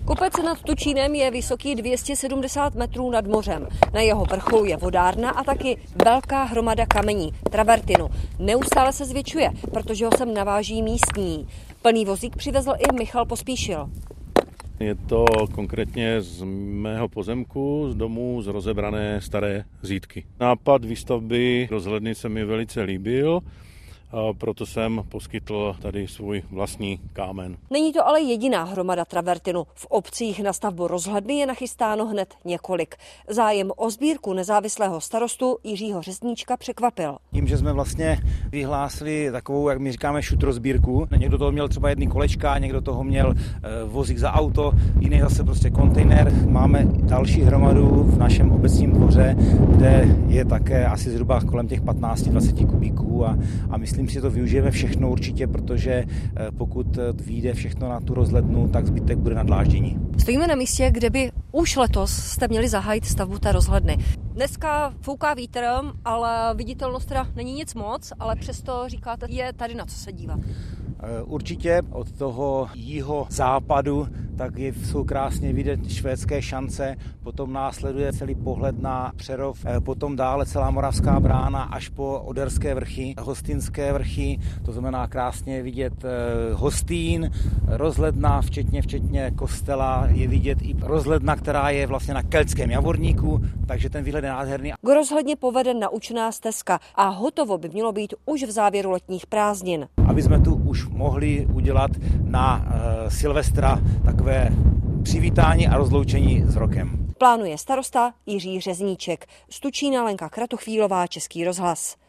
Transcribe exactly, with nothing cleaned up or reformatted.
Kopec nad Tučínem je vysoký dvě stě sedmdesát metrů nad mořem. Na jeho vrcholu je vodárna a taky velká hromada kamení, travertinu. Neustále se zvětšuje, protože ho sem naváží místní. Plný vozík přivezl i Michal Pospíšil. Je to konkrétně z mého pozemku, z domu, z rozebrané staré zítky. Nápad výstavby rozhledny se mi velice líbil, a proto jsem poskytl tady svůj vlastní kámen. Není to ale jediná hromada travertinu. V obcích na stavbu rozhledny je nachystáno hned několik. Zájem o sbírku nezávislého starostu Jiřího Řezníčka překvapil. Tím, že jsme vlastně vyhlásili takovou, jak my říkáme, šutrozbírku. Někdo toho měl třeba jedny kolečka, někdo toho měl vozík za auto, jiný zase prostě kontejner. Máme další hromadu v našem obecním dvoře, kde je také asi zhruba kolem těch patnáct dvacet kubíků a, a myslím, Myslím si, že to využijeme všechno určitě, protože pokud vyjde všechno na tu rozhlednu, tak zbytek bude na dláždění. Stojíme na místě, kde by už letos jste měli zahájit stavbu té rozhledny. Dneska fouká vítr, ale viditelnost teda není nic moc, ale přesto říkáte, je tady na co se dívat. Určitě od toho jího západu tak je, jsou krásně vidět švédské šance, potom následuje celý pohled na Přerov, potom dále celá Moravská brána až po Oderské vrchy, Hostýnské vrchy, to znamená krásně vidět Hostín, rozhledna, včetně, včetně kostela, je vidět i rozhledna, která je vlastně na Keltském Javorníku, takže ten výhled je nádherný. K rozhledně povede naučná stezka a hotovo by mělo být už v závěru letních prázdnin. Aby jsme tu už mohli udělat na uh, Silvestra takové přivítání a rozloučení s rokem. Plánuje starosta Jiří Řezníček. Z Tučína Lenka Kratochvílová, Český rozhlas.